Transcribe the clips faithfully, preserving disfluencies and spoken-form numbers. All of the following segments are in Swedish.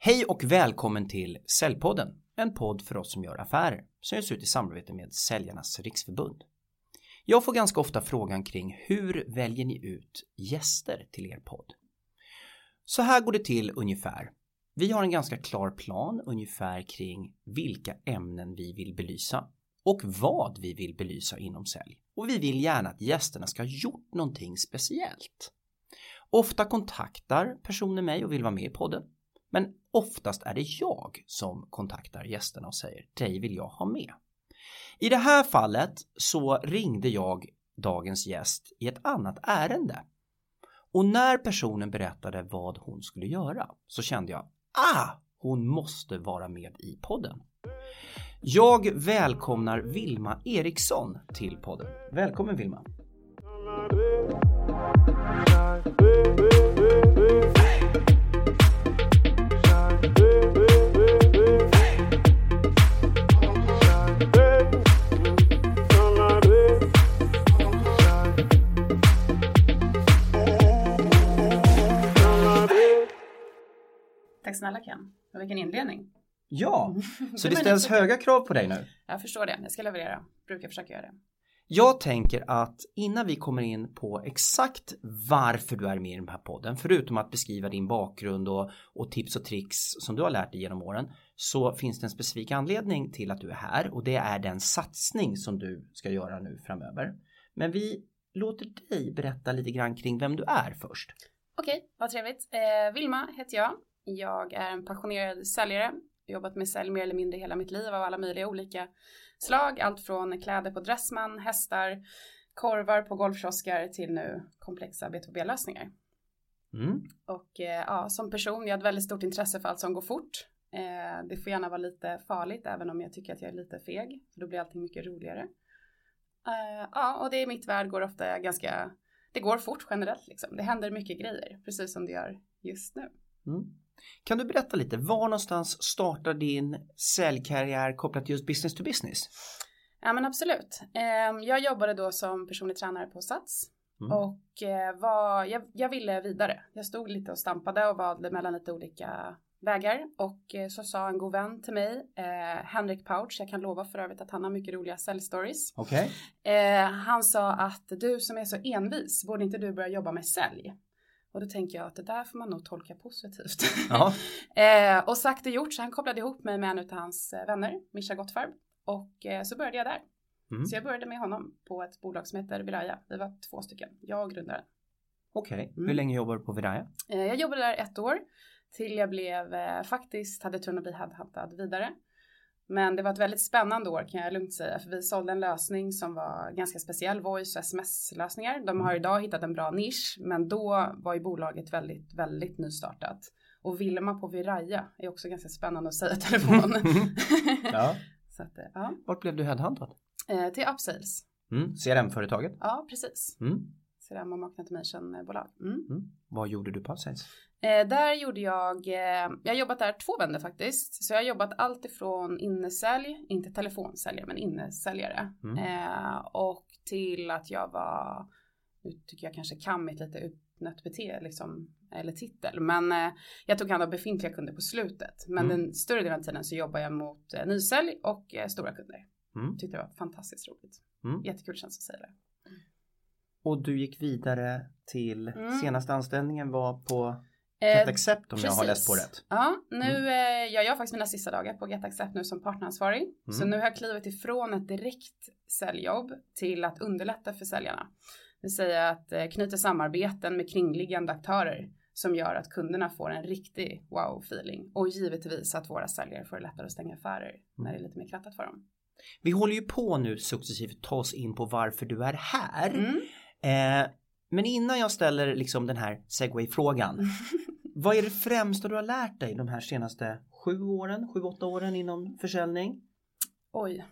Hej och välkommen till Säljpodden, en podd för oss som gör affärer som görs ut i samarbete med Säljarnas riksförbund. Jag får ganska ofta frågan kring hur väljer ni ut gäster till er podd? Så här går det till ungefär. Vi har en ganska klar plan ungefär kring vilka ämnen vi vill belysa och vad vi vill belysa inom sälj. Och vi vill gärna att gästerna ska ha gjort någonting speciellt. Ofta kontaktar personer mig och vill vara med i podden. Men oftast är det jag som kontaktar gästerna och säger, dig vill jag ha med. I det här fallet så ringde jag dagens gäst i ett annat ärende. Och när personen berättade vad hon skulle göra så kände jag, ah, hon måste vara med i podden. Jag välkomnar Vilma Eriksson till podden. Välkommen Vilma. Tack snälla Ken. Och vilken inledning. Ja, så det ställs höga krav på dig nu. Jag förstår det. Jag ska leverera. Brukar försöka göra det. Jag tänker att innan vi kommer in på exakt varför du är med i den här podden, förutom att beskriva din bakgrund och, och tips och tricks som du har lärt dig genom åren, så finns det en specifik anledning till att du är här och det är den satsning som du ska göra nu framöver. Men vi låter dig berätta lite grann kring vem du är först. Okej, vad trevligt. Eh, Vilma heter jag. Jag är en passionerad säljare. Jag har jobbat med sälj mer eller mindre hela mitt liv av alla möjliga olika slag. Allt från kläder på Dressman, hästar, korvar på golfkiosker till nu komplexa B två B-lösningar. Mm. Och eh, ja, som person, jag har ett väldigt stort intresse för allt som går fort. Eh, det får gärna vara lite farligt även om jag tycker att jag är lite feg. För då blir allting mycket roligare. Eh, ja, och det i mitt värld går ofta ganska, det går fort generellt liksom. Det händer mycket grejer, precis som det gör just nu. Mm. Kan du berätta lite, var någonstans startar din säljkarriär kopplat till just business to business? Ja men absolut. Jag jobbade då som personlig tränare på Sats. Mm. Och var, jag, jag ville vidare. Jag stod lite och stampade och valde mellan lite olika vägar. Och så sa en god vän till mig, eh, Henrik Pouch, jag kan lova för övrigt att han har mycket roliga säljstories. Okay. Eh, han sa att du som är så envis, borde inte du börja jobba med sälj? Och då tänker jag att det där får man nog tolka positivt. Ja. eh, och sagt och gjort så han kopplade ihop mig med en av hans vänner, Mischa Gottfarb. Och eh, så började jag där. Mm. Så jag började med honom på ett bolag som heter Viraya. Vi var två stycken, jag och grundaren. Okej, okay. mm. Hur länge jobbar du på Viraya? Eh, jag jobbade där ett år. Till jag blev eh, faktiskt, hade turen att bli headhuntad vidare. Men det var ett väldigt spännande år kan jag lugnt säga. För vi sålde en lösning som var ganska speciell. Voice och sms-lösningar. De har idag hittat en bra nisch. Men då var ju bolaget väldigt, väldigt nystartat. Och Vilma på Viraya är också ganska spännande att säga i telefon. Ja. Så att, ja. Vart blev du headhuntad? Eh, till Upsales. Mm. C R M-företaget? Ja, precis. Mm. C R M och Marketing Automation-bolag. Mm. Mm. Vad gjorde du på Upsales? Eh, där gjorde jag, eh, jag har jobbat där två vändor faktiskt. Så jag har jobbat allt ifrån innesälj, inte telefonsäljare men innesäljare. Mm. Eh, och till att jag var, nu tycker jag kanske kan mitt lite utnött bete liksom, eller titel. Men eh, jag tog hand om befintliga kunder på slutet. Men mm. den större delen av tiden så jobbar jag mot eh, nysälj och eh, stora kunder. Mm. Tyckte det var fantastiskt roligt. Mm. Jättekul känns att säga det. Och du gick vidare till mm. senaste anställningen var på Eh, Get Accept om precis. Jag har läst på rätt. Ja, nu mm. eh, jag gör faktiskt mina sista dagar på Get Accept nu som partneransvarig. Mm. Så nu har jag klivit ifrån ett direkt säljjobb till att underlätta för säljarna. Det vill säga att eh, knyta samarbeten med kringliggande aktörer som gör att kunderna får en riktig wow-feeling. Och givetvis att våra säljare får det lättare att stänga affärer mm. när det är lite mer krattat för dem. Vi håller ju på nu successivt ta oss in på varför du är här. Mm. Eh, men innan jag ställer liksom den här segway-frågan. Vad är det främsta du har lärt dig de här senaste sju åren, sju, åtta åren inom försäljning? Oj,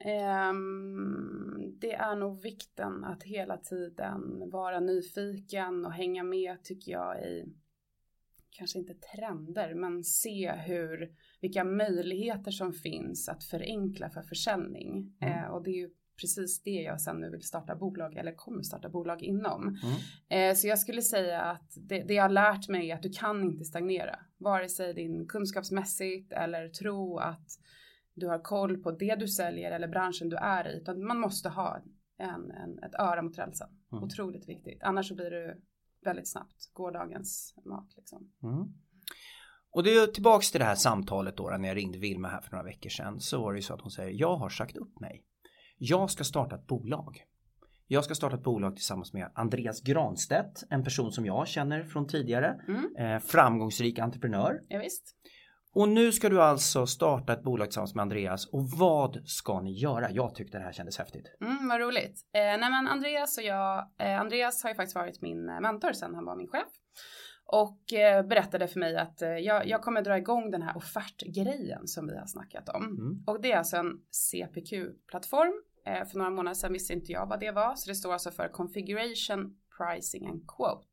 um, det är nog vikten att hela tiden vara nyfiken och hänga med tycker jag i, kanske inte trender, men se hur, vilka möjligheter som finns att förenkla för försäljning. Mm. Eh, och det är ju precis det jag sen nu vill starta bolag eller kommer starta bolag inom. Mm. Eh, så jag skulle säga att det, det jag har lärt mig är att du kan inte stagnera. Vare sig din kunskapsmässigt eller tro att du har koll på det du säljer eller branschen du är i. Utan man måste ha en, en, ett öra mot rälsen. Mm. Otroligt viktigt. Annars så blir du väldigt snabbt gårdagens mat. Liksom. Mm. Och det är tillbaka till det här samtalet då när jag ringde Vilma här för några veckor sedan. Så var det ju så att hon säger, jag har sagt upp mig. Jag ska starta ett bolag. Jag ska starta ett bolag tillsammans med Andreas Granstedt. En person som jag känner från tidigare. Mm. Eh, framgångsrik entreprenör. Ja, visst. Och nu ska du alltså starta ett bolag tillsammans med Andreas. Och vad ska ni göra? Jag tyckte det här kändes häftigt. Mm, vad roligt. Eh, nej men Andreas och jag. Eh, Andreas har ju faktiskt varit min mentor sedan han var min chef. Och eh, berättade för mig att eh, jag, jag kommer dra igång den här offertgrejen som vi har snackat om. Mm. Och det är alltså en C P Q-plattform. Eh, för några månader sedan visste inte jag vad det var. Så det står alltså för Configuration, Pricing and Quote.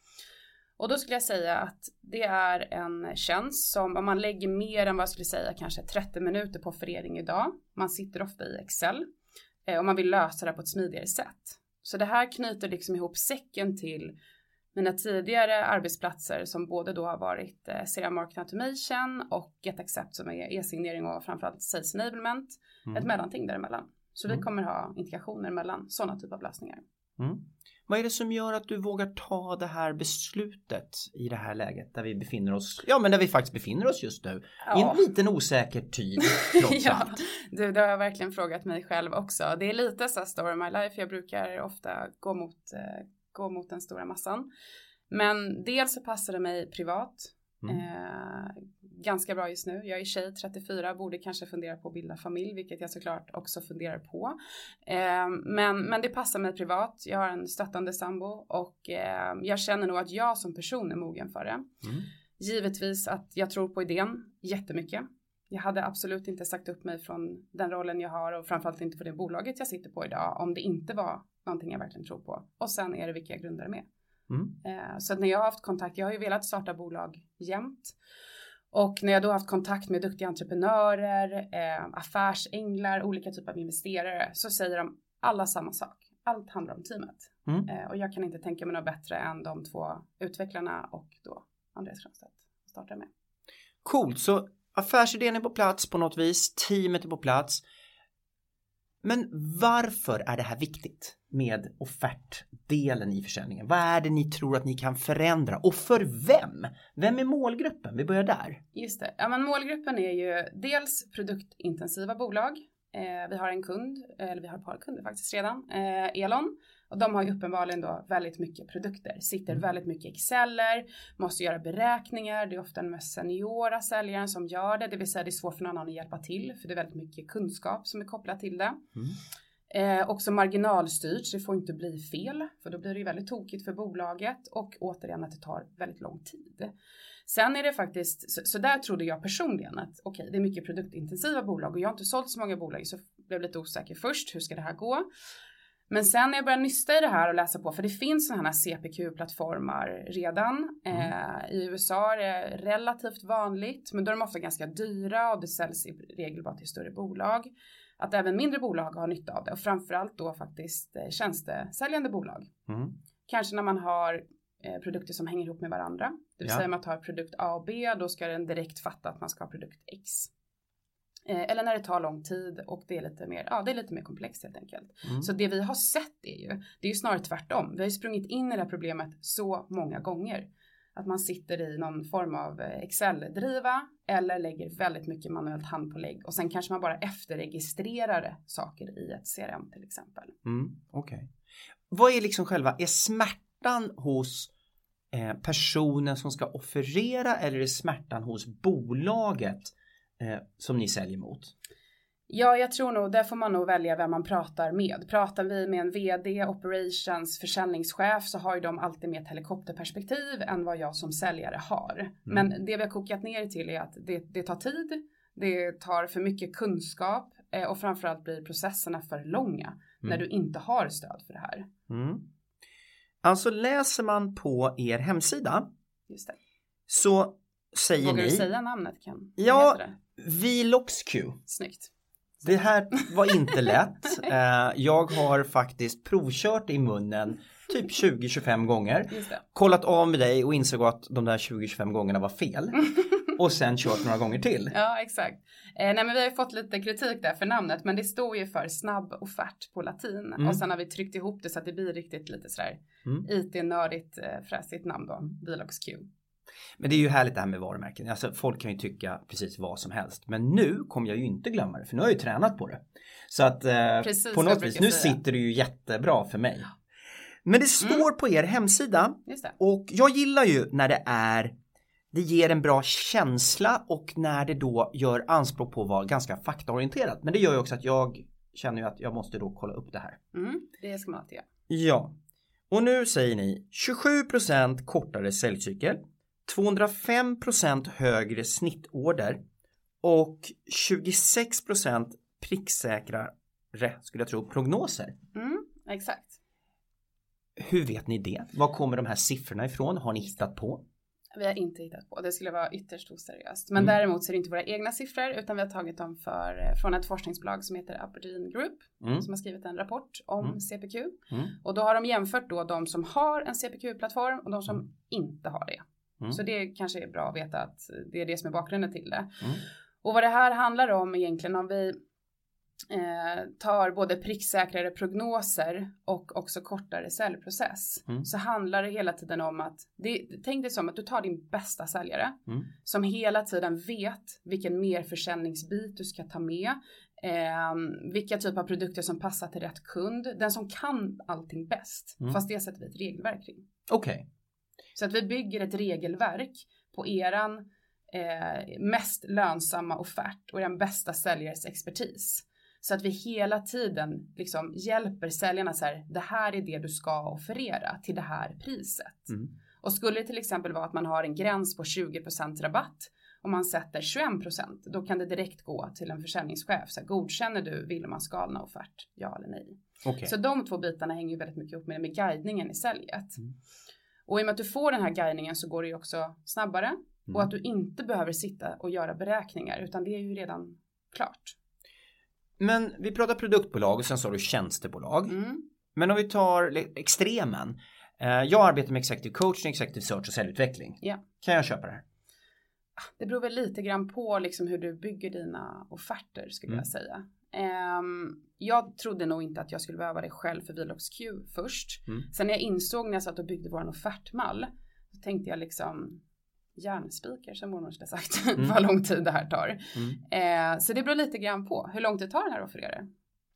Och då skulle jag säga att det är en tjänst som om man lägger mer än vad jag skulle säga kanske trettio minuter på offerering idag. Man sitter ofta i Excel. Eh, och man vill lösa det på ett smidigare sätt. Så det här knyter liksom ihop säcken till mina tidigare arbetsplatser som både då har varit eh, Serial Marketing Automation och GetAccept som är e-signering och framförallt Sales Enablement. Mm. Ett mellanting däremellan. Så mm. vi kommer ha integrationer mellan sådana typer av lösningar. Mm. Vad är det som gör att du vågar ta det här beslutet i det här läget där vi befinner oss, ja men där vi faktiskt befinner oss just nu, ja. I en liten osäker tid trots ja, allt. Du, det har jag verkligen frågat mig själv också. Det är lite så story of my life, jag brukar ofta gå mot, eh, gå mot den stora massan. Men dels så passar det mig privat. Mm. Eh, ganska bra just nu. Jag är tjej, trettiofyra, borde kanske fundera på att bilda familj, vilket jag såklart också funderar på. Eh, men, men det passar mig privat. Jag har en stöttande sambo och eh, jag känner nog att jag som person är mogen för det. Mm. Givetvis att jag tror på idén jättemycket. Jag hade absolut inte sagt upp mig från den rollen jag har och framförallt inte för det bolaget jag sitter på idag om det inte var någonting jag verkligen tror på. Och sen är det vilka jag grundar med. Mm. Eh, så att när jag har haft kontakt, jag har ju velat starta bolag jämt. Och när jag då har haft kontakt med duktiga entreprenörer, eh, affärsänglar, olika typer av investerare så säger de alla samma sak. Allt handlar om teamet. Mm. Eh, och jag kan inte tänka mig något bättre än de två utvecklarna och då Andreas Granstedt startar med. Coolt, så affärsidén är på plats på något vis, teamet är på plats. Men varför är det här viktigt med offertdelen i försäljningen? Vad är det ni tror att ni kan förändra? Och för vem? Vem är målgruppen? Vi börjar där. Just det. Ja, men målgruppen är ju dels produktintensiva bolag. Eh, vi har en kund, eller vi har ett par kunder faktiskt redan, eh, Elon. Och de har ju uppenbarligen då väldigt mycket produkter. Sitter mm. väldigt mycket Exceller, måste göra beräkningar. Det är ofta den mest seniora säljaren som gör det. Det vill säga det är svårt för någon annan att hjälpa till. För det är väldigt mycket kunskap som är kopplat till det. Mm. Eh, också marginalstyrt, så det får inte bli fel. För då blir det ju väldigt tokigt för bolaget. Och återigen att det tar väldigt lång tid. Sen är det faktiskt, så, så där trodde jag personligen att okej, okay, det är mycket produktintensiva bolag. Och jag har inte sålt så många bolag så blev lite osäker först. Hur ska det här gå? Men sen när jag började nysta i det här och läsa på, för det finns sådana här C P Q-plattformar redan. Mm. Eh, I U S A är det relativt vanligt, men då är de ofta ganska dyra och det säljs i regel bara till större bolag. Att även mindre bolag har nytta av det och framförallt då faktiskt eh, tjänstesäljande bolag. Mm. Kanske när man har eh, produkter som hänger ihop med varandra. Det vill ja. säga att man tar produkt A och B, då ska den direkt fatta att man ska ha produkt X. Eller när det tar lång tid och det är lite mer, ja, det är lite mer komplext helt enkelt. Mm. Så det vi har sett är ju, det är ju snarare tvärtom. Vi har ju sprungit in i det här problemet så många gånger. Att man sitter i någon form av Excel-driva eller lägger väldigt mycket manuellt handpålägg. Och sen kanske man bara efterregistrerar saker i ett C R M till exempel. Mm, okej. Okay. Vad är liksom själva, är smärtan hos eh, personen som ska offerera eller är smärtan hos bolaget Eh, som ni säljer mot? Ja, jag tror nog, där får man nog välja vem man pratar med. Pratar vi med en vd, operations, försäljningschef så har ju de alltid mer ett helikopterperspektiv än vad jag som säljare har. Mm. Men det vi har kokat ner till är att det, det tar tid, det tar för mycket kunskap eh, och framförallt blir processerna för långa mm. när du inte har stöd för det här. Mm. Alltså läser man på er hemsida Just det. Så säger Vågar ni... du säga namnet, Ken? Ja, Vloxq. Snyggt. Det här var inte lätt. Jag har faktiskt provkört i munnen typ tjugo till tjugofem gånger. Kollat av med dig och insåg att de där tjugo till tjugofem gångerna var fel. Och sen kört några gånger till. Ja, exakt. Eh, nej, men vi har ju fått lite kritik där för namnet. Men det står ju för snabb offert på latin. Mm. Och sen har vi tryckt ihop det så att det blir riktigt lite sådär mm. I T-nördigt eh, fräsigt namn då. Velox Q. Men det är ju härligt det här med varumärken. Alltså folk kan ju tycka precis vad som helst. Men nu kommer jag ju inte glömma det. För nu har jag ju tränat på det. Så att eh, på något vis, nu säga. sitter det ju jättebra för mig. Men det står mm. på er hemsida. Just det. Och jag gillar ju när det är, det ger en bra känsla och när det då gör anspråk på att vara ganska faktaorienterat. Men det gör ju också att jag känner ju att jag måste då kolla upp det här. Mm, det ska man alltid göra. Ja. Och nu säger ni tjugosju procent kortare säljcykel. tvåhundrafem procent högre snittorder och tjugosex procent pricksäkrare, skulle jag tro, prognoser. Mm, exakt. Hur vet ni det? Var kommer de här siffrorna ifrån? Har ni hittat på? Vi har inte hittat på. Det skulle vara ytterst oseriöst. Men mm. däremot så är det inte våra egna siffror utan vi har tagit dem för, från ett forskningsbolag som heter Aberdeen Group mm. som har skrivit en rapport om mm. C P Q. Mm. Och då har de jämfört då de som har en C P Q-plattform och de som mm. inte har det. Mm. Så det kanske är bra att veta att det är det som är bakgrunden till det. Mm. Och vad det här handlar om egentligen om vi eh, tar både pricksäkrare prognoser och också kortare säljprocess. Mm. Så handlar det hela tiden om att, det, tänk dig som att du tar din bästa säljare mm. som hela tiden vet vilken merförsäljningsbit du ska ta med. Eh, vilka typer av produkter som passar till rätt kund. Den som kan allting bäst. Mm. Fast det sätter vi ett regelverk kring. Okej. Okay. Så att vi bygger ett regelverk på eran eh, mest lönsamma offert och den bästa säljares expertis. Så att vi hela tiden liksom hjälper säljarna så här, det här är det du ska offerera till det här priset. Mm. Och skulle det till exempel vara att man har en gräns på tjugo procent rabatt och man sätter tjugoen procent, då kan det direkt gå till en försäljningschef. Så här, godkänner du Willemans galna offert? Ja eller nej? Okay. Så de två bitarna hänger ju väldigt mycket ihop med, med guidningen i säljet. Mm. Och i och med att du får den här guidningen så går det ju också snabbare. Mm. Och att du inte behöver sitta och göra beräkningar utan det är ju redan klart. Men vi pratar produktbolag och sen så har du tjänstebolag. Mm. Men om vi tar extremen. Jag arbetar med executive coaching, executive search och säljutveckling. Ja. Kan jag köpa det här? Det beror väl lite grann på liksom hur du bygger dina offerter skulle mm. jag säga. Um, jag trodde nog inte att jag skulle behöva det själv för Velox Q först. Mm. Sen när jag insåg när jag satt och byggde vår offertmall så tänkte jag liksom järnspiker som mormor skulle sagt mm. vad lång tid det här tar. Mm. Uh, så det beror lite grann på hur lång tid tar det här för er?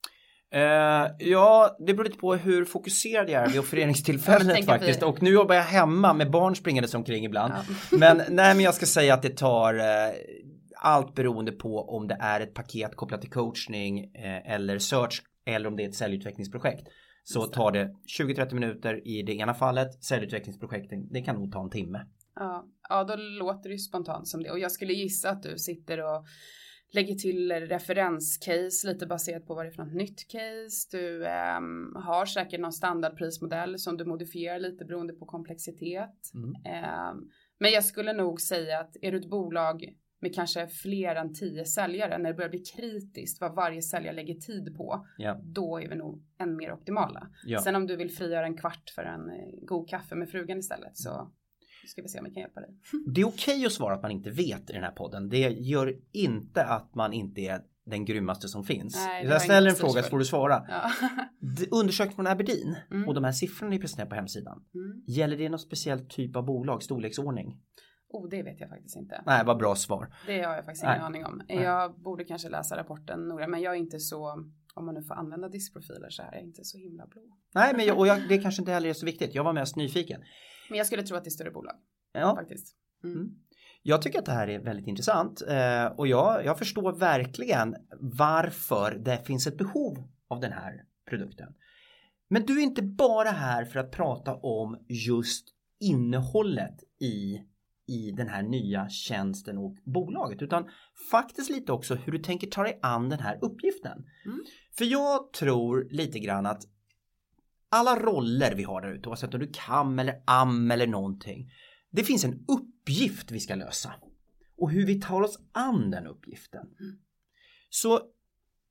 Uh, ja, det beror lite på hur fokuserad jag är vid offereringstillfället faktiskt. Vi... Och nu jobbar jag hemma med barn springande omkring ibland. Ja. men, nej, men jag ska säga att det tar... Uh, allt beroende på om det är ett paket kopplat till coachning eh, eller search eller om det är ett säljutvecklingsprojekt. Så tar det tjugo till trettio minuter i det ena fallet. Säljutvecklingsprojekten, det kan nog ta en timme. Ja, ja, då låter det ju spontant som det. Och jag skulle gissa att du sitter och lägger till referenscase lite baserat på vad det är för något nytt case. Du eh, har säkert någon standardprismodell som du modifierar lite beroende på komplexitet. Mm. Eh, men jag skulle nog säga att är du ett bolag med kanske fler än tio säljare, när det börjar bli kritiskt vad varje säljare lägger tid på, ja. Då är vi nog än mer optimala. Ja. Sen om du vill frigöra en kvart för en god kaffe med frugan istället, så ska vi se om vi kan hjälpa dig. Det är okej att svara att man inte vet i den här podden. Det gör inte att man inte är den grymmaste som finns. Nej, jag ställer en fråga så får du svara. Ja. Undersökning från Aberdeen mm. och de här siffrorna ni presenterar på hemsidan. Mm. Gäller det någon speciell typ av bolag, storleksordning? Oh, det vet jag faktiskt inte. Nej, vad bra svar. Det har jag faktiskt ingen Nej. aning om. Nej. Jag borde kanske läsa rapporten noga, men jag är inte så, om man nu får använda diskprofiler så här, jag är inte så himla blå. Nej, men jag, och jag, det kanske inte heller är så viktigt. Jag var mest nyfiken. Men jag skulle tro att det är större bolag. Ja. Faktiskt. Mm. Mm. Jag tycker att det här är väldigt intressant. Eh, och jag, jag förstår verkligen varför det finns ett behov av den här produkten. Men du är inte bara här för att prata om just innehållet i i den här nya tjänsten och bolaget, utan faktiskt lite också hur du tänker ta dig an den här uppgiften. Mm. För jag tror lite grann att alla roller vi har där ute, oavsett om du kan eller am eller någonting, det finns en uppgift vi ska lösa och hur vi tar oss an den uppgiften. Mm. Så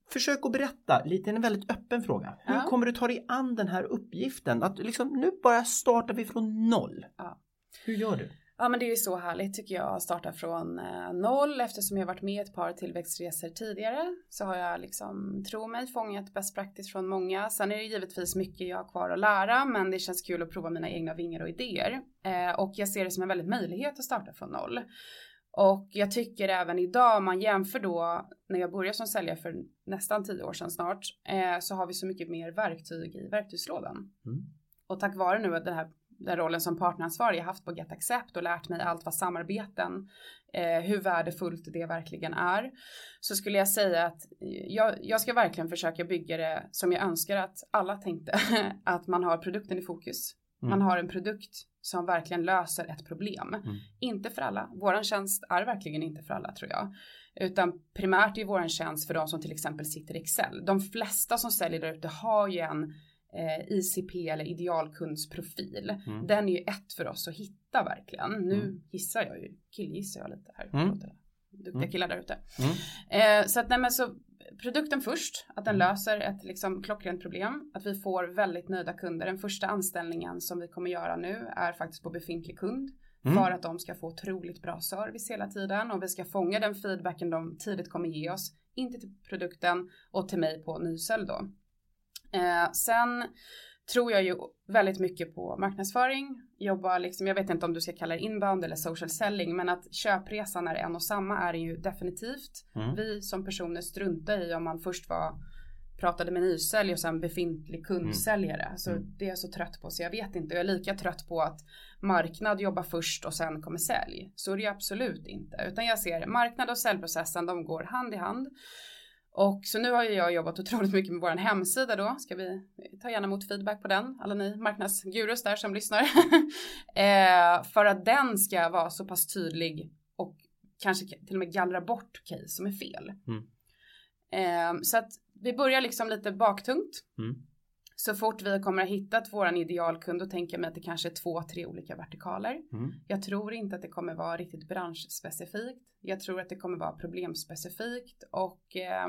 försök att berätta lite, en väldigt öppen fråga. Hur ja. kommer du ta dig an den här uppgiften? Att liksom, nu bara startar vi från noll. Ja. Hur gör du? Ja, men det är ju så härligt tycker jag att starta från eh, noll. Eftersom jag varit med ett par tillväxtresor tidigare så har jag liksom, tro mig, fångat best practice från många. Sen är det givetvis mycket jag har kvar att lära, men det känns kul att prova mina egna vingar och idéer. Eh, och jag ser det som en väldigt möjlighet att starta från noll. Och jag tycker även idag, om man jämför då när jag började som säljare för nästan tio år sedan snart, eh, så har vi så mycket mer verktyg i verktygslådan. Mm. Och tack vare nu att den här den rollen som partneransvarig jag haft på Get Accept och lärt mig allt vad samarbeten, eh, hur värdefullt det verkligen är, så skulle jag säga att jag, jag ska verkligen försöka bygga det som jag önskar att alla tänkte, att man har produkten i fokus. Mm. Man har en produkt som verkligen löser ett problem. Mm. Inte för alla. Våran tjänst är verkligen inte för alla, tror jag. Utan primärt är våran tjänst för de som till exempel sitter i Excel. De flesta som säljer där ute har ju en eh, I C P eller idealkundsprofil. Mm. Den är ju ett för oss att hitta verkligen. Nu mm. gissar jag ju, killgissar jag lite här. Mm. Duktiga killar där ute. Mm. Eh, så att nej men så produkten först, att den löser ett liksom klockrent problem, att vi får väldigt nöjda kunder. Den första anställningen som vi kommer göra nu är faktiskt på befintlig kund, mm. för att de ska få otroligt bra service hela tiden och vi ska fånga den feedbacken de tidigt kommer ge oss, inte till produkten och till mig på nysälj då. Eh, sen tror jag ju väldigt mycket på marknadsföring. Jobbar liksom, jag vet inte om du ska kalla det inbound eller social selling, men att köpresan är en och samma är ju definitivt. Mm. Vi som personer struntar i om man först var pratade med nysälj och sen befintlig kundsäljare. Mm. Så det är jag så trött på, så jag vet inte. Jag är lika trött på att marknad jobbar först och sen kommer sälj. Så är det ju absolut inte. Utan jag ser marknad och säljprocessen, de går hand i hand. Och så nu har jag jobbat otroligt mycket med vår hemsida då. Ska vi ta gärna emot feedback på den. Alla ni marknadsgurus där som lyssnar. eh, för att den ska vara så pass tydlig och kanske till och med gallra bort case som är fel. Mm. Eh, så att vi börjar liksom lite baktungt. Mm. Så fort vi kommer att hitta våran idealkund och tänker mig att det kanske är två, tre olika vertikaler. Mm. Jag tror inte att det kommer vara riktigt branschspecifikt. Jag tror att det kommer vara problemspecifikt och eh,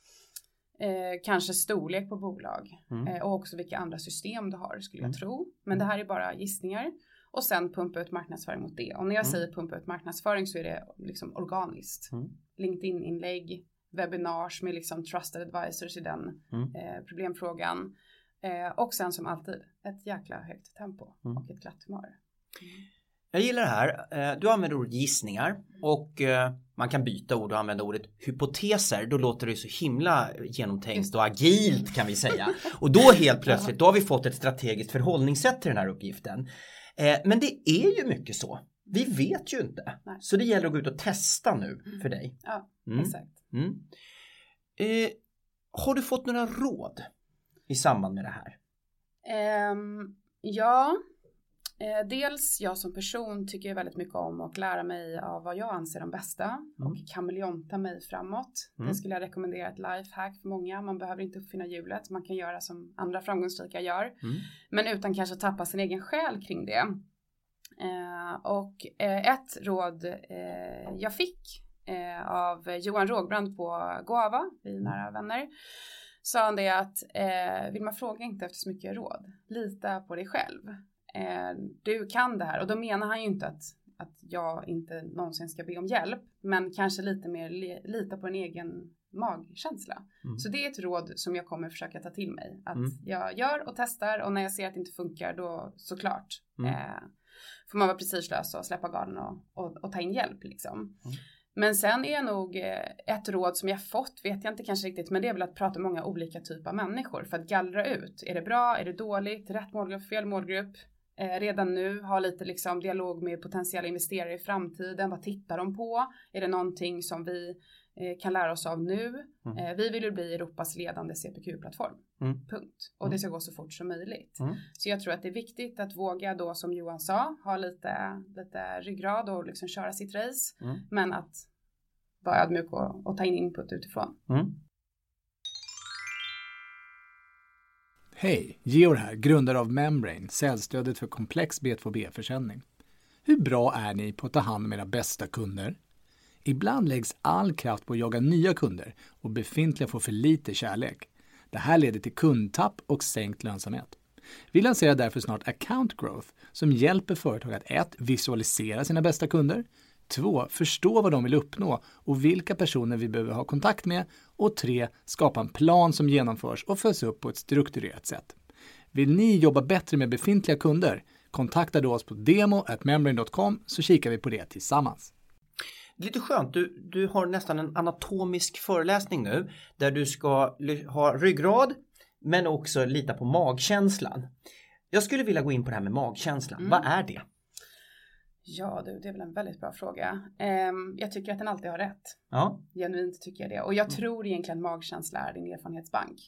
eh, kanske storlek på bolag. Mm. Eh, och också vilka andra system du har, skulle jag mm. tro. Men det här är bara gissningar. Och sen pumpa ut marknadsföring mot det. Och när jag mm. säger pumpa ut marknadsföring så är det liksom organiskt. Mm. LinkedIn-inlägg, webinars med liksom trusted advisors i den mm. eh, problemfrågan. Eh, och sen som alltid ett jäkla högt tempo mm. och ett glatt humör. Mm. Jag gillar det här. Du använder ordet gissningar och man kan byta ord och använda ordet hypoteser. Då låter det så himla genomtänkt och agilt, kan vi säga. Och då helt plötsligt, då har vi fått ett strategiskt förhållningssätt till den här uppgiften. Men det är ju mycket så. Vi vet ju inte. Nej. Så det gäller att gå ut och testa nu mm. för dig. Ja, mm. exakt. Mm. Eh, har du fått några råd i samband med det här? Um, ja, eh, dels jag som person tycker väldigt mycket om att lära mig av vad jag anser de bästa mm. och kameleonta mig framåt. Mm. Det skulle jag rekommendera ett lifehack för många. Man behöver inte uppfinna hjulet, man kan göra som andra framgångsrika gör. Mm. Men utan kanske tappa sin egen själ kring det. Eh, och eh, ett råd eh, jag fick eh, av Johan Rågbrand på Goava, vi är nära vänner, sa han det att eh, vill man fråga inte efter så mycket råd, lita på dig själv. Eh, du kan det här, och då menar han ju inte att, att jag inte någonsin ska be om hjälp, men kanske lite mer li, lita på en egen magkänsla. Mm. Så det är ett råd som jag kommer försöka ta till mig, att mm. jag gör och testar, och när jag ser att det inte funkar, då såklart mm. eh, får man vara prestigelös och släppa garden och, och, och ta in hjälp liksom. Mm. Men sen är nog ett råd som jag fått, vet jag inte kanske riktigt, men det är väl att prata med många olika typer av människor för att gallra ut. Är det bra? Är det dåligt? Rätt målgrupp? Fel målgrupp? Eh, redan nu ha lite liksom dialog med potentiella investerare i framtiden. Vad tittar de på? Är det någonting som vi eh, kan lära oss av nu? Mm. Eh, vi vill ju bli Europas ledande C P Q-plattform. Mm. Punkt. Och det ska gå så fort som möjligt. Mm. Så jag tror att det är viktigt att våga då, som Johan sa, ha lite, lite ryggrad och liksom köra sitt race. Mm. Men att vara ödmjuk och, och ta in input utifrån. Mm. Hej, Georg här, grundare av Membrane, säljstödet för komplex B två B-försäljning. Hur bra är ni på att ta hand om era bästa kunder? Ibland läggs all kraft på att jaga nya kunder och befintliga får för lite kärlek. Det här leder till kundtapp och sänkt lönsamhet. Vi lanserar därför snart Account Growth som hjälper företag att ett. Visualisera sina bästa kunder, två. Förstå vad de vill uppnå och vilka personer vi behöver ha kontakt med och tre. Skapa en plan som genomförs och följs upp på ett strukturerat sätt. Vill ni jobba bättre med befintliga kunder? Kontakta då oss på demo at membrane dot com så kikar vi på det tillsammans. Lite skönt, du, du har nästan en anatomisk föreläsning nu där du ska ha ryggrad men också lita på magkänslan. Jag skulle vilja gå in på det här med magkänslan. Mm. Vad är det? Ja, du, det är väl en väldigt bra fråga. Um, jag tycker att den alltid har rätt. Ja. Genuint tycker jag det. Och jag tror egentligen magkänsla är din erfarenhetsbank.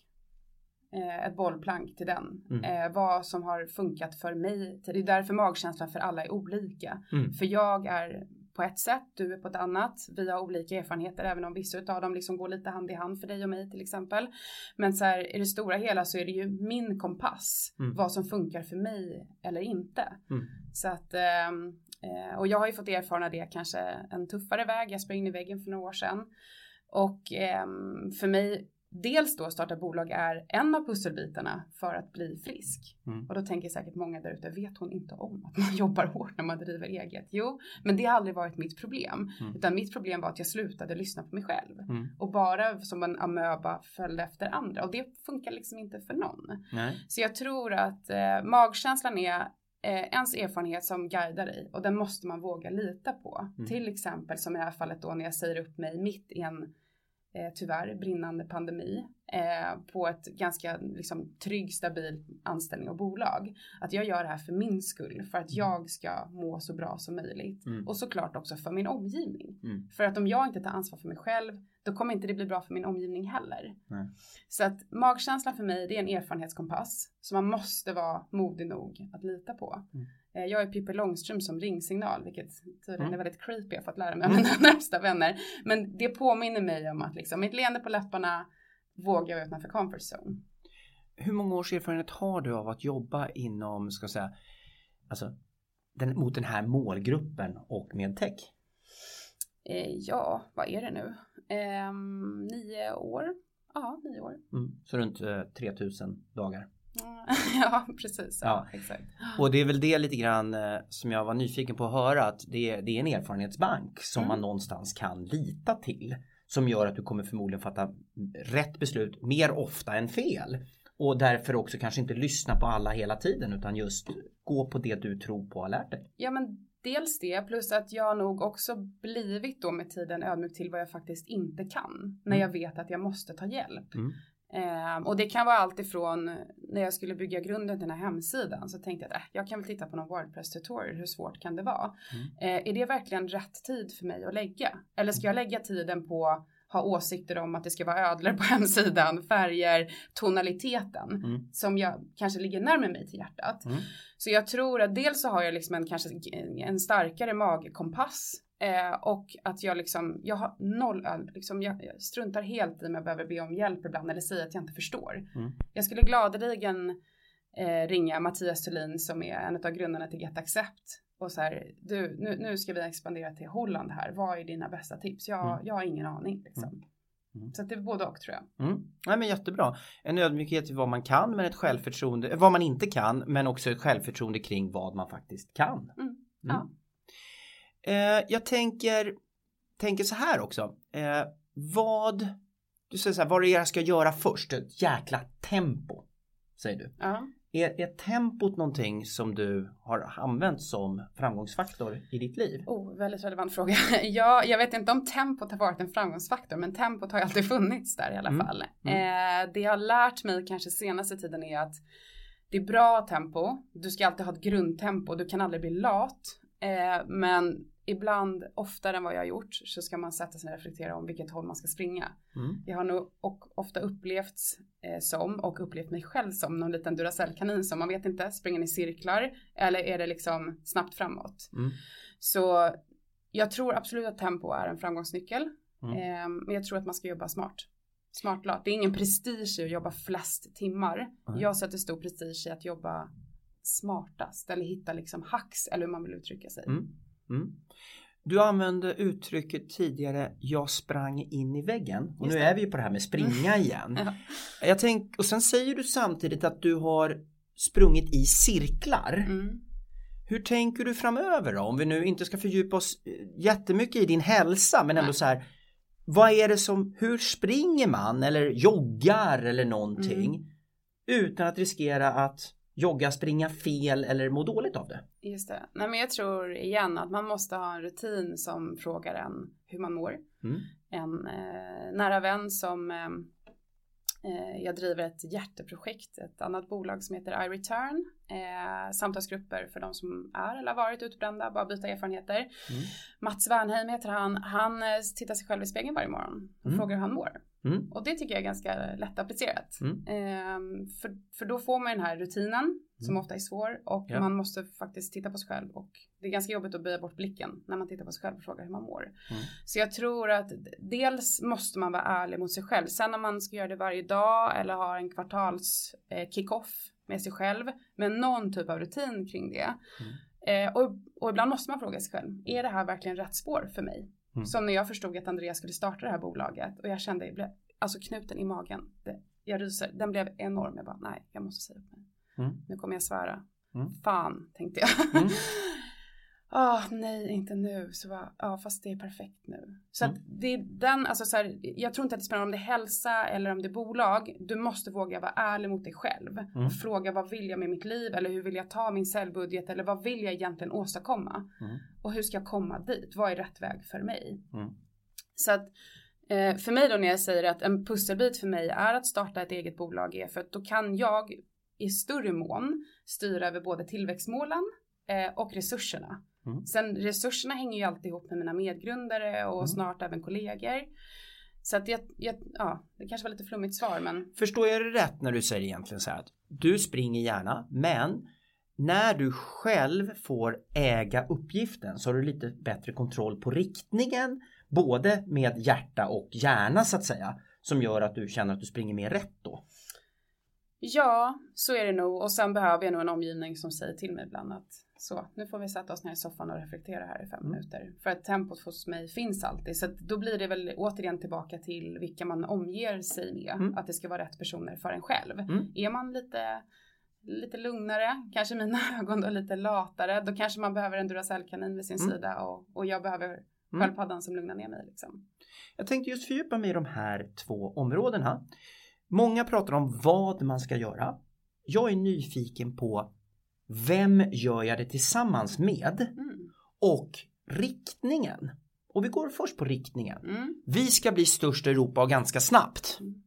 Uh, ett bollplank till den. Mm. Uh, vad som har funkat för mig. Det är därför magkänslan för alla är olika. Mm. För jag är på ett sätt, du är på ett annat. Vi har olika erfarenheter, även om vissa av dem liksom går lite hand i hand för dig och mig till exempel. Men så här, i det stora hela så är det ju min kompass. Mm. Vad som funkar för mig eller inte. Mm. Så att, eh, och jag har ju fått erfara det kanske en tuffare väg. Jag sprang in i väggen för några år sedan. Och eh, för mig, dels då starta bolag är en av pusselbitarna för att bli frisk. Mm. Och då tänker säkert många där ute, vet hon inte om att man jobbar hårt när man driver eget? Jo, men det har aldrig varit mitt problem. Mm. Utan mitt problem var att jag slutade lyssna på mig själv. Mm. Och bara som en amöba följde efter andra. Och det funkar liksom inte för någon. Nej. Så jag tror att eh, magkänslan är eh, ens erfarenhet som guidar dig. Och den måste man våga lita på. Mm. Till exempel som i det här fallet då när jag säger upp mig mitt i en Eh, tyvärr brinnande pandemi eh, på ett ganska liksom, trygg, stabil anställning och bolag. Att jag gör det här för min skull. För att jag ska må så bra som möjligt. Mm. Och såklart också för min omgivning. Mm. För att om jag inte tar ansvar för mig själv, då kommer inte det bli bra för min omgivning heller. Nej. Så att magkänslan för mig, det är en erfarenhetskompass. Så man måste vara modig nog att lita på. Mm. Jag är Pippi Långström som ringsignal, vilket tydligen mm. är väldigt creepy. Jag har fått lära mig av mina närmsta vänner. Men det påminner mig om att liksom, mitt leende på läpparna vågar jag öppna för comfort zone. Hur många års erfarenhet har du av att jobba inom, ska jag säga, alltså, den, mot den här målgruppen och med tech? Eh, ja, vad är det nu? Eh, nio år. Ja, nio år. Mm. Så runt eh, tre tusen dagar. Ja, precis. Ja, ja, exakt. Och det är väl det lite grann eh, som jag var nyfiken på att höra, att det är, det är en erfarenhetsbank som mm. man någonstans kan lita till, som gör att du kommer förmodligen fatta rätt beslut mer ofta än fel, och därför också kanske inte lyssna på alla hela tiden utan just gå på det du tror på och har lärt dig. Ja, men dels det, plus att jag nog också blivit då med tiden ödmjuk till vad jag faktiskt inte kan, mm. när jag vet att jag måste ta hjälp. Mm. Eh, och det kan vara allt ifrån när jag skulle bygga grunden till den här hemsidan, så tänkte jag att äh, jag kan väl titta på någon WordPress tutorial, hur svårt kan det vara? Mm. Eh, är det verkligen rätt tid för mig att lägga? Eller ska jag lägga tiden på ha åsikter om att det ska vara ödlor på hemsidan, färger, tonaliteten mm. som jag kanske ligger närmare mig till hjärtat. Mm. Så jag tror att dels så har jag liksom en, kanske en starkare magkompass. Eh, och att jag liksom, jag har noll öl, liksom jag, jag struntar helt i om jag behöver be om hjälp ibland eller säga att jag inte förstår. Mm. Jag skulle gladeligen eh, ringa Mattias Thulin som är en av grundarna till GetAccept och så här, du, nu, nu ska vi expandera till Holland här, vad är dina bästa tips? Jag, mm. jag har ingen aning liksom. Mm. Mm. Så att det är både och tror jag. Mm. Nej, men jättebra. En ödmjukhet i vad man kan, men ett självförtroende, vad man inte kan, men också ett självförtroende kring vad man faktiskt kan. Mm. Mm. Ja. Eh, jag tänker, tänker så här också. Eh, vad, du säger så här, vad det är jag ska göra först? Ett jäkla tempo, säger du. Uh-huh. Är, är tempot någonting som du har använt som framgångsfaktor i ditt liv? Oh, väldigt relevant fråga. Ja, jag vet inte om tempot har varit en framgångsfaktor, men tempot har ju alltid funnits där i alla mm. fall. Mm. Eh, det jag har lärt mig kanske senaste tiden är att det är bra tempo. Du ska alltid ha ett grundtempo. Du kan aldrig bli lat. Eh, men ibland, oftare än vad jag har gjort, så ska man sätta sig och reflektera om vilket håll man ska springa. Mm. Jag har nog och ofta upplevts eh, som och upplevt mig själv som någon liten Duracell-kanin som man vet inte, springer i cirklar eller är det liksom snabbt framåt. Mm. Så jag tror absolut att tempo är en framgångsnyckel. Mm. Eh, men jag tror att man ska jobba smart. Smart lat. Det är ingen prestige att jobba flest timmar. Mm. Jag sätter stor prestige i att jobba smartast eller hitta liksom hacks eller hur man vill uttrycka sig. Mm. Mm. Du använde uttrycket tidigare, jag sprang in i väggen. Och Just nu det. är vi ju på det här med springa igen. Ja. Jag tänk, och sen säger du samtidigt att du har sprungit i cirklar. Mm. Hur tänker du framöver då? Om vi nu inte ska fördjupa oss jättemycket i din hälsa, men ändå Nej. så här, vad är det som, hur springer man eller joggar eller någonting Mm. utan att riskera att jogga, springa fel eller må dåligt av det? Just det. Nej, men jag tror igen att man måste ha en rutin som frågar en hur man mår. Mm. En eh, nära vän som eh, eh, jag driver ett hjärteprojekt, ett annat bolag som heter iReturn. Eh, samtalsgrupper för de som är eller har varit utbrända, bara byta erfarenheter. Mm. Mats Wernheim heter han. Han eh, tittar sig själv i spegeln varje morgon och Mm. frågar hur han mår. Mm. Och det tycker jag är ganska lätt applicerat. Mm. Ehm, för, för då får man den här rutinen som Mm. ofta är svår. Och Ja. man måste faktiskt titta på sig själv. Och det är ganska jobbigt att böja bort blicken när man tittar på sig själv och frågar hur man mår. Mm. Så jag tror att dels måste man vara ärlig mot sig själv. Sen när man ska göra det varje dag eller har en kvartals eh, kick-off med sig själv. Med någon typ av rutin kring det. Mm. Eh, och, och ibland måste man fråga sig själv. Är det här verkligen rätt spår för mig? Mm. Som när jag förstod att Andreas skulle starta det här bolaget. Och jag kände, jag blev, alltså knuten i magen. Det, jag ryser. Den blev enorm. Jag bara, nej, jag måste säga upp mig. Mm. Nu kommer jag svära. Mm. Fan, tänkte jag. Mm. Ah, nej, inte nu. Så bara, ja, fast det är perfekt nu. Så Mm. att det är den, alltså så här, jag tror inte att det spelar om det är hälsa eller om det är bolag. Du måste våga vara ärlig mot dig själv. Mm. Och fråga, vad vill jag med mitt liv? Eller hur vill jag ta min säljbudget? Eller vad vill jag egentligen åstadkomma? Mm. Och hur ska jag komma dit? Vad är rätt väg för mig? Mm. Så att eh, för mig då när jag säger att en pusselbit för mig är att starta ett eget bolag är för att då kan jag i större mån styra över både tillväxtmålen eh, och resurserna. Mm. Sen resurserna hänger ju alltid ihop med mina medgrundare och Mm. snart även kollegor. Så att jag, jag, ja, det kanske var lite flummigt svar, men Förstår jag det rätt när du säger egentligen så här att du springer gärna, men när du själv får äga uppgiften så har du lite bättre kontroll på riktningen, både med hjärta och hjärna så att säga, som gör att du känner att du springer mer rätt då. ja, så är det nog. Och sen behöver jag nog en omgivning som säger till mig ibland att så, nu får vi sätta oss ner i soffan och reflektera här i fem Mm. minuter. För att tempot hos mig finns alltid. Så att då blir det väl återigen tillbaka till vilka man omger sig med. Mm. Att det ska vara rätt personer för en själv. Mm. Är man lite, lite lugnare, kanske i mina ögon då lite latare, då kanske man behöver en Duracell-kanin vid sin Mm. sida. Och, och jag behöver Mm. sköldpaddan som lugnar ner mig liksom. Jag tänkte just fördjupa mig i de här två områdena. Många pratar om vad man ska göra. Jag är nyfiken på vem gör jag det tillsammans med Mm. och riktningen. Och vi går först på riktningen. Mm. Vi ska bli störst i Europa och ganska snabbt. Mm.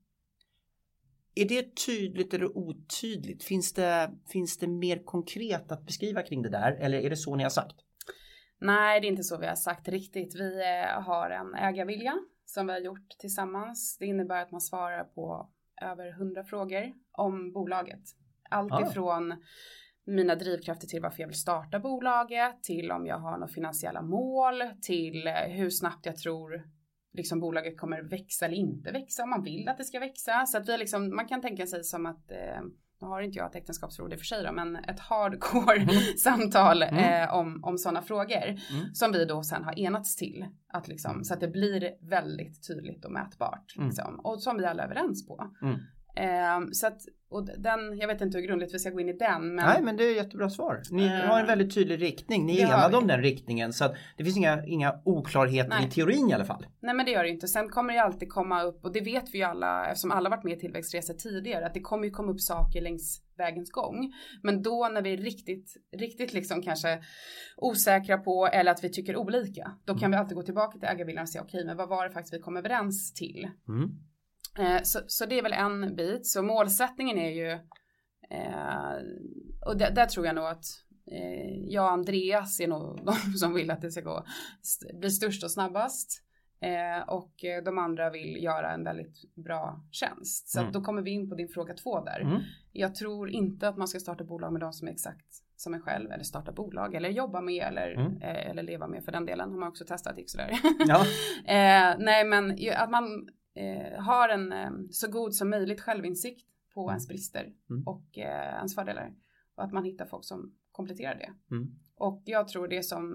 Är det tydligt eller otydligt? Finns det, finns det mer konkret att beskriva kring det där? Eller är det så ni har sagt? Nej, det är inte så vi har sagt riktigt. Vi eh, har en ägarvilja som vi har gjort tillsammans. Det innebär att man svarar på över hundra frågor om bolaget. Allt Ah. ifrån mina drivkrafter till varför jag vill starta bolaget, till om jag har några finansiella mål, till eh, hur snabbt jag tror liksom bolaget kommer växa eller inte växa, om man vill att det ska växa. Så att vi liksom, man kan tänka sig som att eh, nu har inte jag ett äktenskapsråd i och för sig då, men ett hardcore samtal Mm. eh, om, om sådana frågor Mm. som vi då sen har enats till. Att liksom, så att det blir väldigt tydligt och mätbart. Mm. Liksom, och som vi alla är överens på. Mm. Eh, så att, och den, jag vet inte hur grundligt vi ska gå in i den. Men Nej, men det är jättebra svar. Ni Eh, har en väldigt tydlig riktning. Ni är det har enade vi. om den riktningen. Så att det finns inga, inga oklarheter Nej. i teorin i alla fall. Nej, men det gör det inte. Sen kommer det alltid komma upp, och det vet vi ju alla eftersom alla varit med i tillväxtresor tidigare, att det kommer ju komma upp saker längs vägens gång. Men då när vi är riktigt, riktigt liksom kanske osäkra på, eller att vi tycker olika, då kan vi alltid gå tillbaka till ägarviljan och säga okej, men vad var det faktiskt vi kom överens till? Mm. Eh, så, så det är väl en bit. Så målsättningen är ju, eh, och där, där tror jag nog att eh, jag och Andreas är nog de som vill att det ska gå, st- bli störst och snabbast. Eh, och eh, de andra vill göra en väldigt bra tjänst. Så Mm. att då kommer vi in på din fråga två där. Mm. Jag tror inte att man ska starta bolag med de som är exakt som en själv. Eller starta bolag. Eller jobba med. Eller, Mm. eh, eller leva med för den delen. Har man också testat. Gick sådär. Ja. eh, nej, men ju- att man eh, har en eh, så god som möjligt självinsikt på ens brister. Mm. Och eh, ens fördelar. Och att man hittar folk som kompletterar det. Mm. Och jag tror det som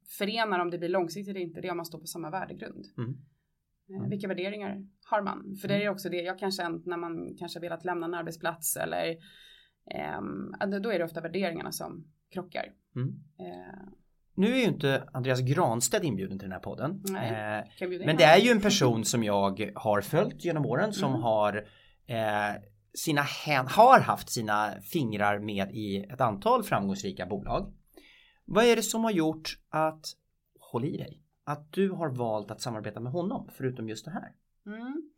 förenar om det blir långsiktigt eller inte, det är om man står på samma värdegrund. Mm. Mm. Vilka värderingar har man? För det är också det jag kan känna när man kanske velat lämna en arbetsplats eller eh, då är det ofta värderingarna som krockar. Mm. Eh. Nu är ju inte Andreas Granstedt inbjuden till den här podden. Nej, eh, men det är ju en person som jag har följt genom åren som mm. har eh, sina hän- har haft sina fingrar med i ett antal framgångsrika bolag. Vad är det som har gjort att, håll i dig, att du har valt att samarbeta med honom förutom just det här? Mm.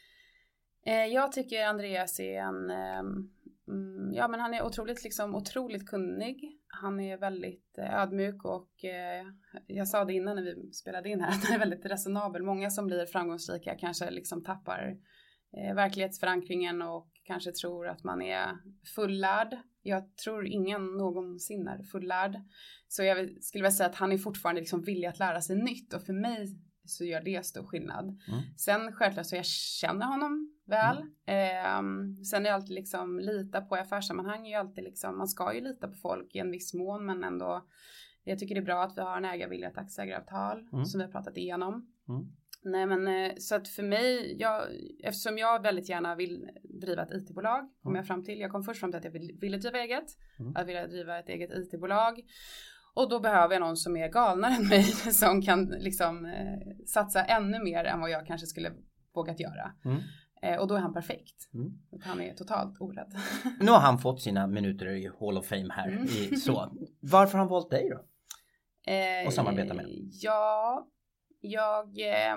Eh, jag tycker Andreas är en, eh, mm, ja men han är otroligt liksom otroligt kunnig. Han är väldigt eh, ödmjuk och eh, jag sa det innan när vi spelade in här att han är väldigt resonabel. Många som blir framgångsrika kanske liksom tappar eh, verklighetsförankringen och kanske tror att man är fullärd. Jag tror ingen någonsin är fullärd. Så jag skulle vilja säga att han är fortfarande liksom villig att lära sig nytt. Och för mig så gör det stor skillnad. Mm. Sen självklart så jag känner honom väl. Mm. Eh, sen är jag alltid liksom lita på i affärssammanhang. Är ju alltid liksom, man ska ju lita på folk i en viss mån. Men ändå, jag tycker det är bra att vi har en ägarvilja ett aktieägaravtal. Mm. Som vi har pratat igenom. Mm. Nej men så att för mig, jag, eftersom jag väldigt gärna vill driva ett I T-bolag, kom jag fram till, jag kom först fram till att jag vill, ville driva eget, mm. att vilja driva ett eget I T-bolag och då behöver jag någon som är galnare än mig som kan liksom eh, satsa ännu mer än vad jag kanske skulle vågat göra. Mm. Eh, och då är han perfekt. Mm. Och han är totalt orädd. Nu har han fått sina minuter i Hall of Fame här. Mm. I, så. Varför har han valt dig då? Eh, och samarbeta med? Ja... Jag, eh,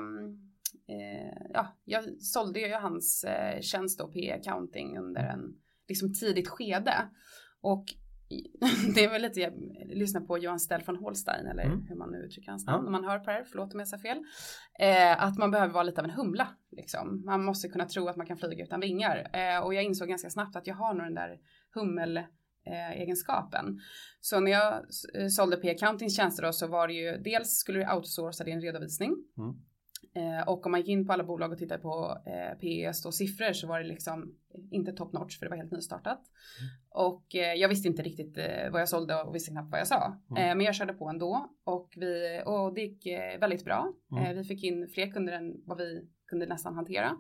eh, ja, jag sålde ju hans eh, tjänst då, P accounting under en liksom tidigt skede och det är väl lite, jag lyssnar på Johan Stell från Holstein eller mm. hur man nu uttrycker hans namn, ja. Om man hör på det här, förlåt om jag sa fel, eh, att man behöver vara lite av en humla liksom. Man måste kunna tro att man kan flyga utan vingar eh, och jag insåg ganska snabbt att jag har nog den där hummel Eh, egenskapen. Så när jag eh, sålde P-accounting tjänster då så var det ju dels skulle du outsourca din redovisning mm. eh, och om man gick in på alla bolag och tittade på eh, P E S och siffror så var det liksom inte top notch för det var helt nystartat mm. och eh, jag visste inte riktigt eh, vad jag sålde och visste knappt vad jag sa mm. eh, men jag körde på ändå och, vi, och det gick eh, väldigt bra mm. eh, vi fick in fler kunder än vad vi kunde nästan hantera.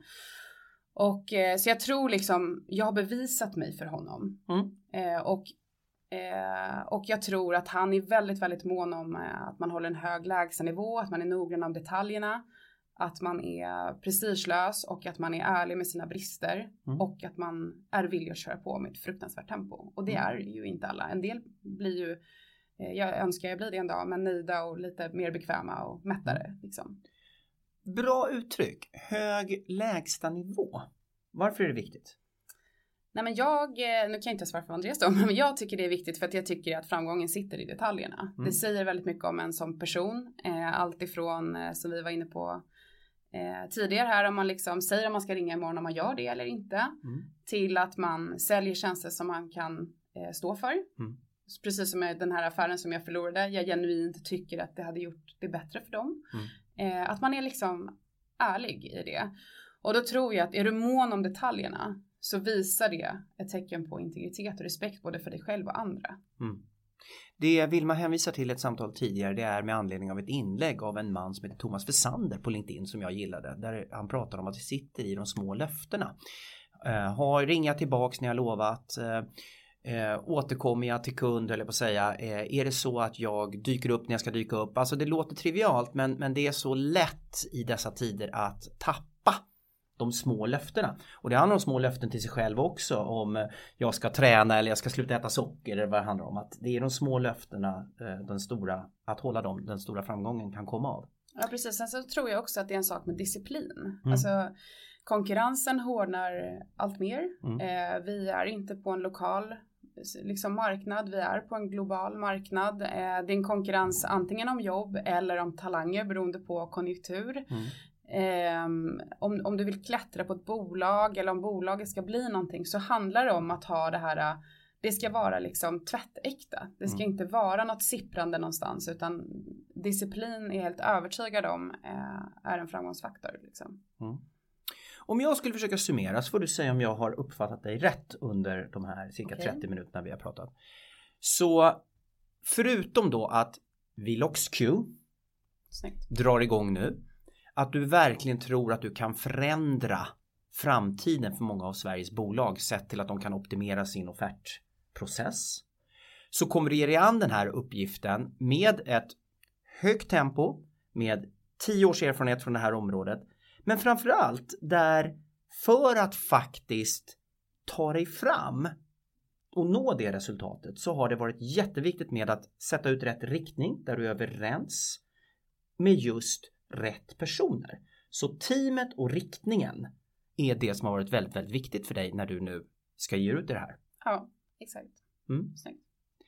Och eh, så jag tror liksom, jag har bevisat mig för honom. Mm. Eh, och, eh, och jag tror att han är väldigt, väldigt mån om eh, att man håller en hög lägstanivå, att man är noggrann om detaljerna, att man är prestigelös och att man är ärlig med sina brister mm. och att man är villig att köra på med ett fruktansvärt tempo. Och det är ju inte alla. En del blir ju, eh, jag önskar jag blir det en dag, men nöjda och lite mer bekväma och mättare liksom. Bra uttryck. Hög lägsta nivå. Varför är det viktigt? Nej men jag, nu kan jag inte svara för Andreas då, men jag tycker det är viktigt för att jag tycker att framgången sitter i detaljerna. Mm. Det säger väldigt mycket om en som person. Eh, allt ifrån, eh, som vi var inne på eh, tidigare här, om man liksom säger om man ska ringa imorgon om man gör det eller inte. Mm. Till att man säljer tjänster som man kan eh, stå för. Mm. Precis som med den här affären som jag förlorade. Jag genuint tycker att det hade gjort det bättre för dem. Mm. Eh, att man är liksom ärlig i det. Och då tror jag att är du mån om detaljerna så visar det ett tecken på integritet och respekt både för dig själv och andra. Mm. Det Vilma hänvisar till ett samtal tidigare, det är med anledning av ett inlägg av en man som heter Thomas Versander på LinkedIn som jag gillade. Där han pratar om att det sitter i de små löftena. Uh, har ringa tillbaks när jag lovat. Uh, Eh, återkommer jag till kund eller på att säga eh, är det så att jag dyker upp när jag ska dyka upp, alltså det låter trivialt men, men det är så lätt i dessa tider att tappa de små löftena och det handlar om små löften till sig själv också om eh, jag ska träna eller jag ska sluta äta socker eller vad det handlar om, att det är de små löftena eh, den stora, att hålla dem, den stora framgången kan komma av. Ja precis, sen så tror jag också att det är en sak med disciplin, mm. alltså konkurrensen hårdnar allt mer, mm. eh, vi är inte på en lokal liksom marknad, vi är på en global marknad. Eh, det är en konkurrens antingen om jobb eller om talanger beroende på konjunktur. Mm. Eh, om, om du vill klättra på ett bolag eller om bolaget ska bli någonting så handlar det om att ha det här, det ska vara liksom tvättäkta. Det ska mm. inte vara något sipprande någonstans utan disciplin är helt övertygad om eh, är en framgångsfaktor liksom. Mm. Om jag skulle försöka summera så får du säga om jag har uppfattat dig rätt under de här cirka okay. trettio minuterna vi har pratat. Så förutom då att VeloxQ Snyggt. drar igång nu. Att du verkligen tror att du kan förändra framtiden för många av Sveriges bolag sett till att de kan optimera sin offertprocess. Så kommer du ge dig an den här uppgiften med ett högt tempo, med tio års erfarenhet från det här området. Men framförallt där för att faktiskt ta dig fram och nå det resultatet så har det varit jätteviktigt med att sätta ut rätt riktning där du är överens med just rätt personer. Så teamet och riktningen är det som har varit väldigt, väldigt viktigt för dig när du nu ska ge ut det här. Ja, exakt. Mm. Snyggt.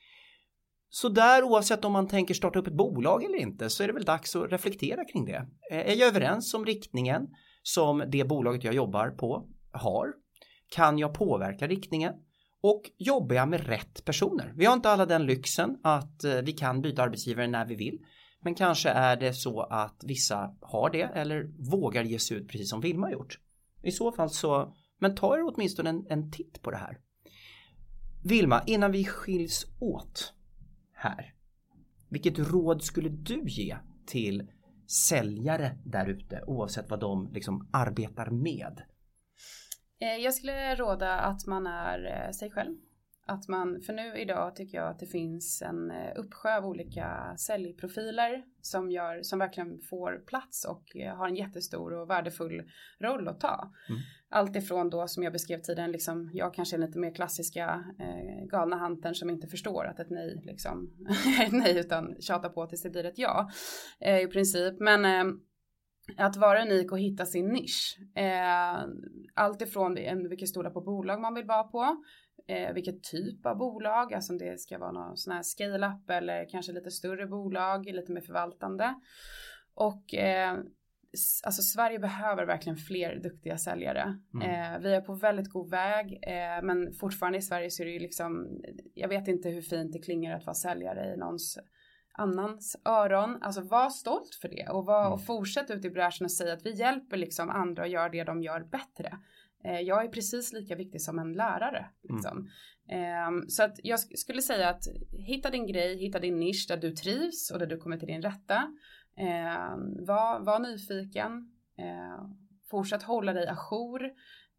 Så där, oavsett om man tänker starta upp ett bolag eller inte, så är det väl dags att reflektera kring det. Är jag överens om riktningen som det bolaget jag jobbar på har? Kan jag påverka riktningen? Och jobbar jag med rätt personer? Vi har inte alla den lyxen att vi kan byta arbetsgivare när vi vill. Men kanske är det så att vissa har det eller vågar ge sig ut precis som Vilma har gjort. I så fall så, men ta er åtminstone en, en titt på det här. Vilma, innan vi skiljs åt här, vilket råd skulle du ge till säljare där ute oavsett vad de liksom arbetar med? Jag skulle råda att man är sig själv. Att man, för nu idag tycker jag att det finns en uppsjö av olika säljprofiler som, gör, som verkligen får plats och har en jättestor och värdefull roll att ta. Mm. Allt ifrån då som jag beskrev tidigare, liksom, jag kanske är lite mer klassiska eh, galna hantern som inte förstår att ett nej liksom, är ett nej utan tjatar på tills det blir ett ja eh, i princip. Men eh, att vara unik och hitta sin nisch. Eh, allt ifrån vilket stora på bolag man vill vara på. Eh, vilket typ av bolag, alltså om det ska vara någon sån här scale-up eller kanske lite större bolag, lite mer förvaltande. Och eh, alltså Sverige behöver verkligen fler duktiga säljare. Mm. Eh, vi är på väldigt god väg, eh, men fortfarande i Sverige så är det ju liksom, jag vet inte hur fint det klingar att vara säljare i någons annans öron. Alltså var stolt för det och, var, mm. och fortsätt ut i bräschen och säga att vi hjälper liksom andra att göra det de gör bättre. Jag är precis lika viktig som en lärare. Liksom. Mm. Så att jag skulle säga att hitta din grej, hitta din nisch där du trivs och där du kommer till din rätta. Var, var nyfiken. Fortsätt hålla dig ajour.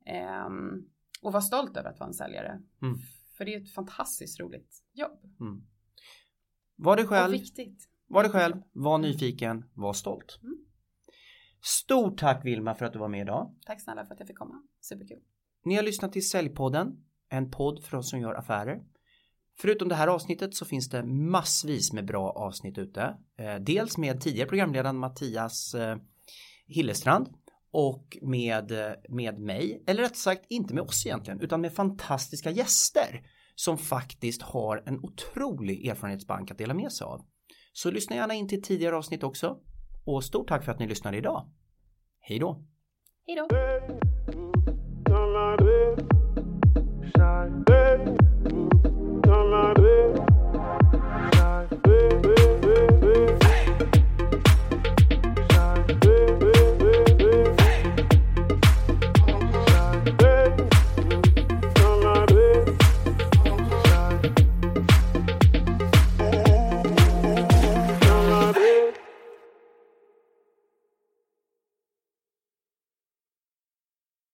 Och var stolt över att vara en säljare. Mm. För det är ett fantastiskt roligt jobb. Mm. Var dig själv. Och viktigt. Var dig själv, var nyfiken, var stolt. Mm. Stort tack Vilma för att du var med idag. Tack snälla för att jag fick komma. Superkul. Ni har lyssnat till Säljpodden, en podd för oss som gör affärer. Förutom det här avsnittet så finns det massvis med bra avsnitt ute. Dels med tidigare programledaren Mattias Hillestrand och med, med mig. Eller rätt sagt inte med oss egentligen utan med fantastiska gäster som faktiskt har en otrolig erfarenhetsbank att dela med sig av. Så lyssna gärna in till tidigare avsnitt också. Och stort tack för att ni lyssnade idag. Hej då. Hej då.